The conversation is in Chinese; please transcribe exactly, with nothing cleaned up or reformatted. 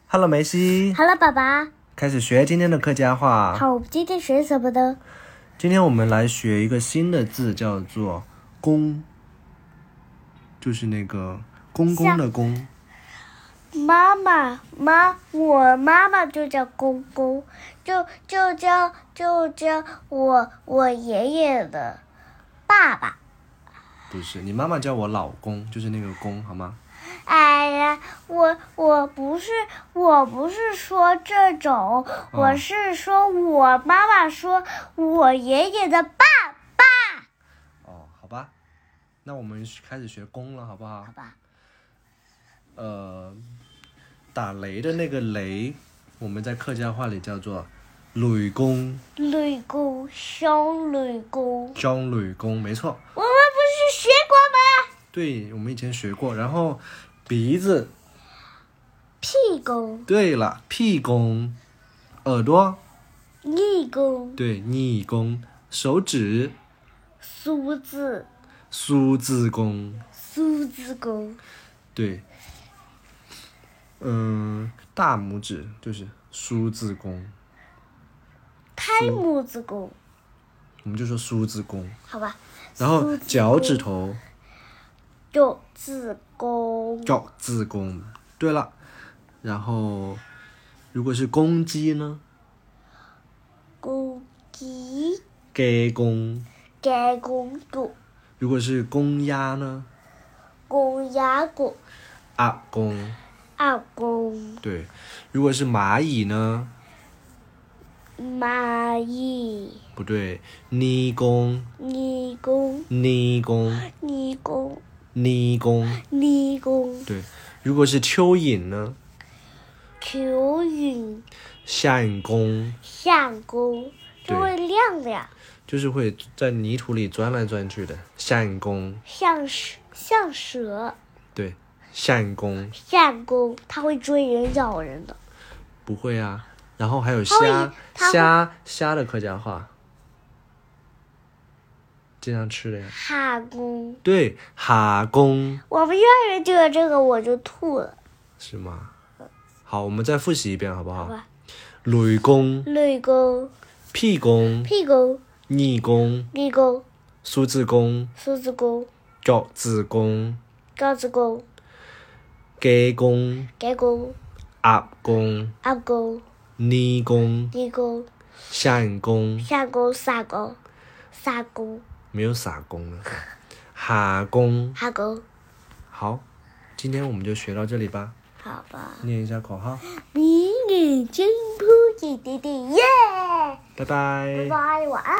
Hello， 梅西。 Hello， 爸爸。 开始学今天的客家话。 好，我们今天学什么呢？ 今天我们来学一个新的字，叫做“公”，就是那个公公的公。 妈妈妈，我妈妈就叫公公，就就叫就叫我我爷爷的爸爸。 不是，你妈妈叫我老公，就是那个公，好吗？ 哎呀，我我不是我不是说这种， 哦、 我是说我妈妈说我爷爷的爸爸。 哦，好吧，那我们开始学公了，好不好？ 好吧。 呃，打雷的那个雷，我们在客家话里叫做雷公。 雷公，小雷公。 小雷公，没错。 我们不是学过吗？ 对，我们以前学过。然后鼻子。 屁公。 对了，屁公。耳朵。 耳公。 对，耳公。手指。 梳子。 梳子公。 梳子公。 对。嗯，大拇指就是梳子公。 开拇指公。 我们就说梳子公。 好吧。 然后脚趾头。 脚趾公。 脚趾公。对了。然后，如果是公鸡呢？ 公鸡。 鸡公。 鸡公公。 如果是公鸭呢？ 公鸭公。 鸭公。 鸭公。 对。如果是蚂蚁呢？ 蚂蚁。 不对，泥公。 泥公。 泥公。 泥公。 泥公。 泥公。 对。如果是蚯蚓呢？ 蚯蚓。 蜆公。 蜆公就会亮亮， 就是会在泥土里钻来钻去的蜆公。 像蛇，像蛇。 对，蜆公。 蜆公它会追人咬人的。 不会啊。然后还有虾，虾虾的客家话，经常吃的呀。 哈公。 对，哈公。 我们幼儿园就有这个，我就吐了。 是吗？好，我们再复习一遍，好不好？ 好吧。 雷公。 雷公。 屁公。 屁公。 耳公。 耳公。 梳子公。 梳子公。 腳趾公。 腳趾公。 雞公。 雞公。 鴨公。 鴨公。 泥公。 泥公。 蜆公。 蜆公。沙公。沙公。 沒有撒公了。哈公。 哈公。 好，今天我们就学到这里吧。 好吧。 念一下口号。 明日真扑一点点耶！ 拜拜。 拜拜，晚安。